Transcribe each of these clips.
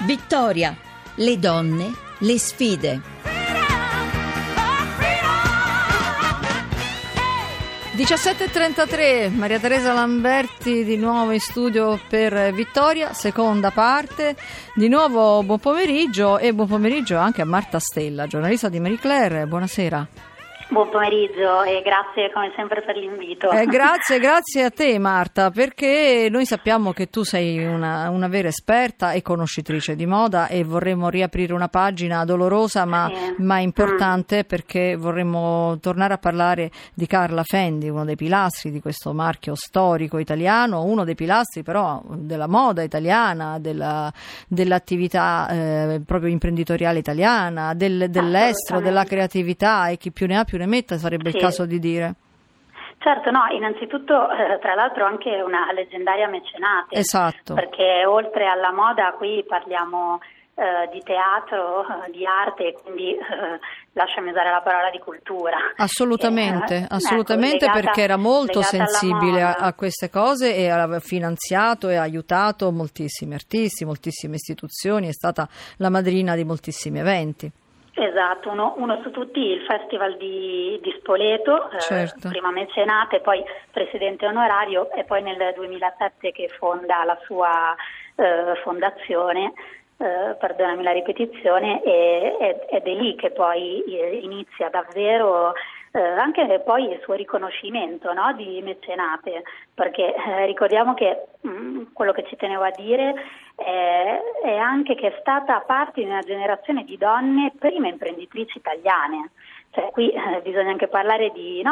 Vittoria, le donne, le sfide. 17:33, Maria Teresa Lamberti di nuovo in studio per Vittoria, seconda parte. Di nuovo buon pomeriggio e buon pomeriggio anche a Marta Stella, giornalista di Marie Claire. Buonasera. Buon pomeriggio e grazie come sempre per l'invito. Grazie a te Marta, perché noi sappiamo che tu sei una vera esperta e conoscitrice di moda e vorremmo riaprire una pagina dolorosa ma importante, perché vorremmo tornare a parlare di Carla Fendi, uno dei pilastri di questo marchio storico italiano, uno dei pilastri però della moda italiana, dell'attività proprio imprenditoriale italiana, dell'estero, della creatività, e chi più ne ha più ne metta, sarebbe il caso di dire. Certo, no, innanzitutto tra l'altro anche una leggendaria mecenate. Esatto. Perché oltre alla moda qui parliamo di teatro, di arte, quindi lasciami usare la parola di cultura. Assolutamente, perché era molto sensibile a queste cose e ha finanziato e ha aiutato moltissimi artisti, moltissime istituzioni, è stata la madrina di moltissimi eventi. Esatto, uno su tutti il Festival di Spoleto, certo. Prima mecenate, poi presidente onorario e poi nel 2007 che fonda la sua fondazione, perdonami la ripetizione, ed è lì che poi inizia davvero anche poi il suo riconoscimento, no, di mecenate, perché ricordiamo che quello che ci tenevo a dire è anche che è stata parte di una generazione di donne prime imprenditrici italiane, cioè qui bisogna anche parlare di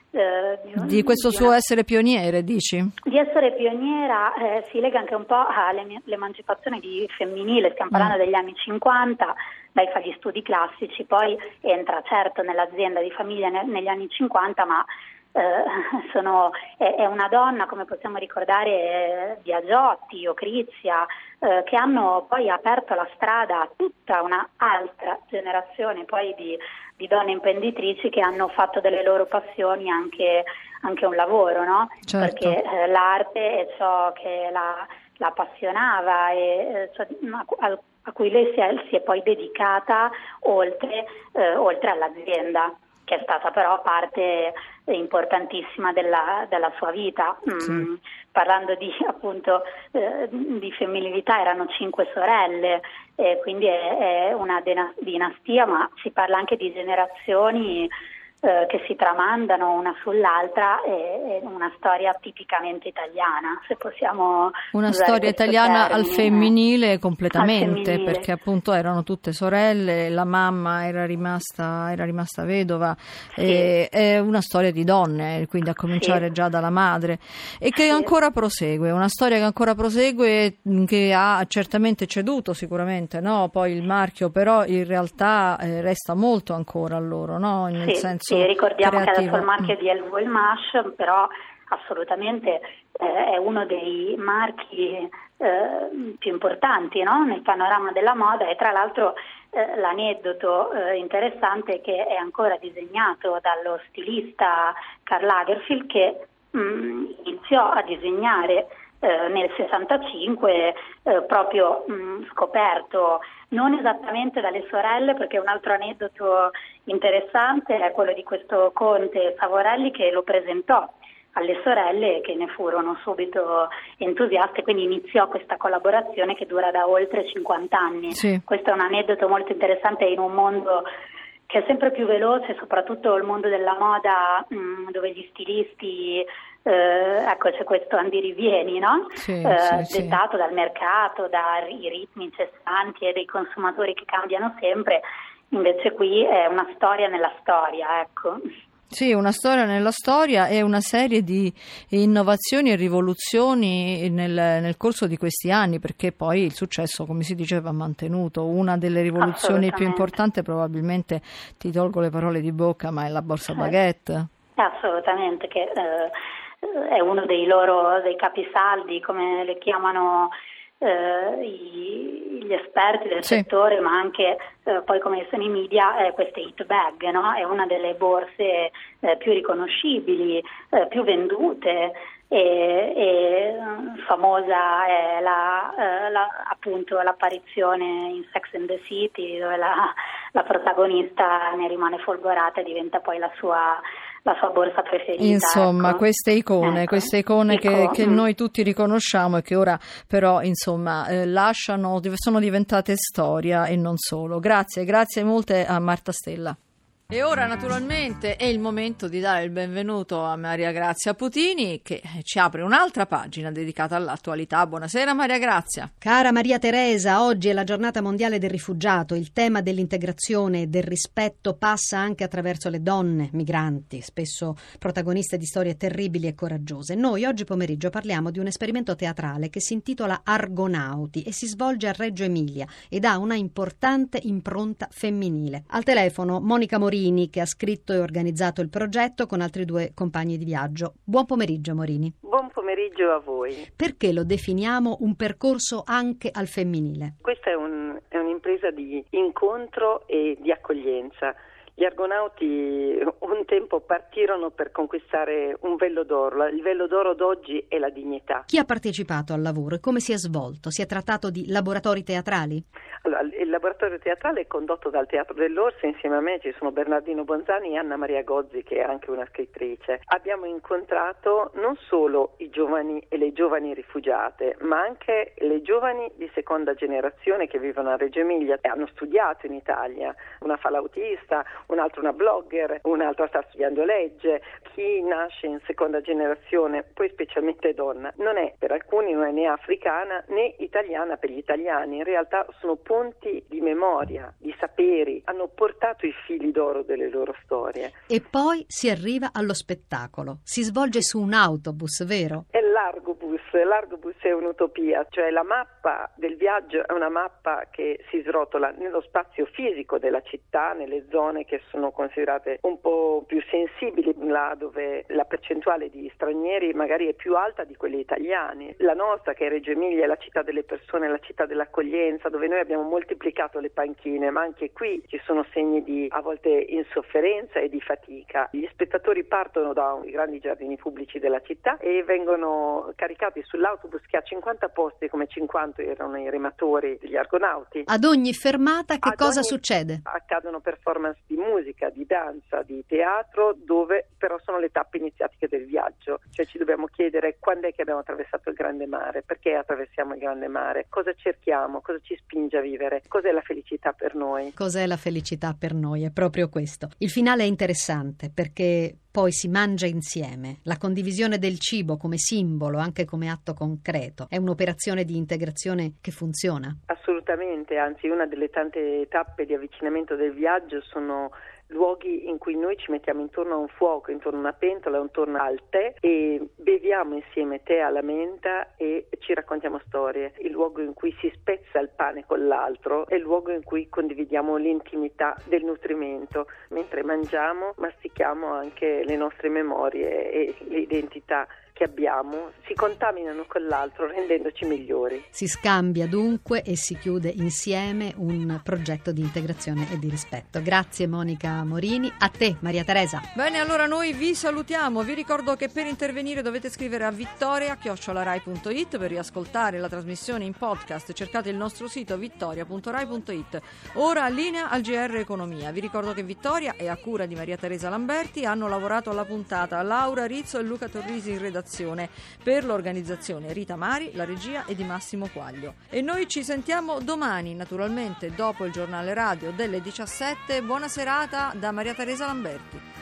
questo suo essere pioniere, dici? Di essere pioniera si lega anche un po' all'emancipazione femminile, stiamo parlando degli anni 50, lei fa gli studi classici, poi entra certo nell'azienda di famiglia negli anni 50, ma è una donna, come possiamo ricordare Biagiotti o Crizia, che hanno poi aperto la strada a tutta un'altra generazione poi di donne imprenditrici che hanno fatto delle loro passioni anche un lavoro, no? Certo. Perché l'arte è ciò che la appassionava e a cui lei si è poi dedicata oltre all'azienda, che è stata però parte importantissima della sua vita. Sì. Parlando di femminilità, erano 5 sorelle, quindi è una dinastia, ma si parla anche di generazioni che si tramandano una sull'altra, è una storia tipicamente italiana, se possiamo una storia italiana termine, al femminile completamente, al femminile. perché appunto erano tutte sorelle, la mamma era rimasta vedova, Sì. è una storia di donne, quindi a cominciare già dalla madre, e che ancora prosegue, una storia che ancora prosegue, che ha certamente ceduto sicuramente, no? Poi il marchio però in realtà resta molto ancora a loro, no? Nel senso sì, ricordiamo creativo. che adesso il marchio di LVMH però assolutamente è uno dei marchi più importanti, no? Nel panorama della moda, e tra l'altro l'aneddoto interessante è che è ancora disegnato dallo stilista Karl Lagerfeld, che iniziò a disegnare nel 65, proprio scoperto non esattamente dalle sorelle, perché un altro aneddoto interessante è quello di questo conte Savorelli che lo presentò alle sorelle, che ne furono subito entusiaste, quindi iniziò questa collaborazione che dura da oltre 50 anni. Sì. Questo è un aneddoto molto interessante in un mondo che è sempre più veloce, soprattutto il mondo della moda, dove gli stilisti c'è questo andirivieni, no? Sì, dettato dal mercato, dai ritmi incessanti e dei consumatori che cambiano sempre. Invece qui è una storia nella storia, ecco. Sì, una storia nella storia e una serie di innovazioni e rivoluzioni nel corso di questi anni, perché poi il successo, come si diceva, ha mantenuto. Una delle rivoluzioni più importanti, probabilmente ti tolgo le parole di bocca, ma è la borsa baguette. Assolutamente, che è uno dei capisaldi, come le chiamano gli esperti del settore, ma anche poi come sono i media, queste hit bag, no? È una delle borse più riconoscibili, più vendute. E famosa è appunto l'apparizione in Sex and the City, dove la protagonista ne rimane folgorata e diventa poi la sua borsa preferita. Insomma, ecco. queste icone che noi tutti riconosciamo e che ora però insomma sono diventate storia e non solo. Grazie molte a Marta Stella. E ora naturalmente è il momento di dare il benvenuto a Maria Grazia Putini, che ci apre un'altra pagina dedicata all'attualità. Buonasera Maria Grazia. Cara Maria Teresa, oggi è la giornata mondiale del rifugiato. Il tema dell'integrazione e del rispetto passa anche attraverso le donne migranti, spesso protagoniste di storie terribili e coraggiose. Noi oggi pomeriggio parliamo di un esperimento teatrale che si intitola Argonauti e si svolge a Reggio Emilia ed ha una importante impronta femminile. Al telefono Monica Morini, che ha scritto e organizzato il progetto con altri 2 compagni di viaggio. Buon pomeriggio Morini. Buon pomeriggio a voi. Perché lo definiamo un percorso anche al femminile? Questa è un'impresa di incontro e di accoglienza. Gli Argonauti un tempo partirono per conquistare un vello d'oro. Il vello d'oro d'oggi è la dignità. Chi ha partecipato al lavoro e come si è svolto? Si è trattato di laboratori teatrali? Allora, il laboratorio teatrale è condotto dal Teatro dell'Orsa. Insieme a me ci sono Bernardino Bonzani e Anna Maria Gozzi, che è anche una scrittrice. Abbiamo incontrato non solo i giovani e le giovani rifugiate, ma anche le giovani di seconda generazione che vivono a Reggio Emilia e hanno studiato in Italia. Una fa l'autista, un'altra una blogger, un'altra sta studiando legge. Chi nasce in seconda generazione, poi specialmente donna, non è per alcuni non è né africana né italiana per gli italiani. In realtà sono ponti di memoria, di saperi, hanno portato i fili d'oro delle loro storie. E poi si arriva allo spettacolo. Si svolge su un autobus, vero? È l'Argobus è un'utopia, cioè la mappa del viaggio è una mappa che si srotola nello spazio fisico della città, nelle zone che sono considerate un po' più sensibili, là dove la percentuale di stranieri magari è più alta di quelle italiani. La nostra, che è Reggio Emilia, è la città delle persone, la città dell'accoglienza, dove noi abbiamo moltiplicato le panchine, ma anche qui ci sono segni di a volte insofferenza e di fatica. Gli spettatori partono dai grandi giardini pubblici della città e vengono caricati sull'autobus che ha 50 posti, come 50 erano i rematori degli Argonauti. Ad ogni fermata cosa succede? Accadono performance di musica, di danza, di teatro, dove però sono le tappe iniziatiche del viaggio. Cioè ci dobbiamo chiedere quando è che abbiamo attraversato il grande mare, perché attraversiamo il grande mare, cosa cerchiamo, cosa ci spinge a vivere, cos'è la felicità per noi. Cos'è la felicità per noi? È proprio questo. Il finale è interessante perché poi si mangia insieme. La condivisione del cibo come simbolo, anche come atto concreto, è un'operazione di integrazione che funziona? Assolutamente, anzi una delle tante tappe di avvicinamento del viaggio sono luoghi in cui noi ci mettiamo intorno a un fuoco, intorno a una pentola, intorno al tè e beviamo insieme tè alla menta e ci raccontiamo storie. Il luogo in cui si spezza il pane con l'altro è il luogo in cui condividiamo l'intimità del nutrimento. Mentre mangiamo, mastichiamo anche le nostre memorie e le identità che abbiamo, si contaminano con l'altro rendendoci migliori. Si scambia dunque e si chiude insieme un progetto di integrazione e di rispetto. Grazie Monica Morini, a te Maria Teresa. Bene, allora noi vi salutiamo, vi ricordo che per intervenire dovete scrivere a vittoria@rai.it per riascoltare la trasmissione in podcast, cercate il nostro sito vittoria.rai.it. Ora linea al GR Economia, vi ricordo che Vittoria è a cura di Maria Teresa Lamberti, hanno lavorato alla puntata Laura Rizzo e Luca Torrisi in redazione. Per l'organizzazione Rita Mari, la regia è di Massimo Quaglio. E noi ci sentiamo domani, naturalmente dopo il giornale radio delle 17. Buona serata da Maria Teresa Lamberti.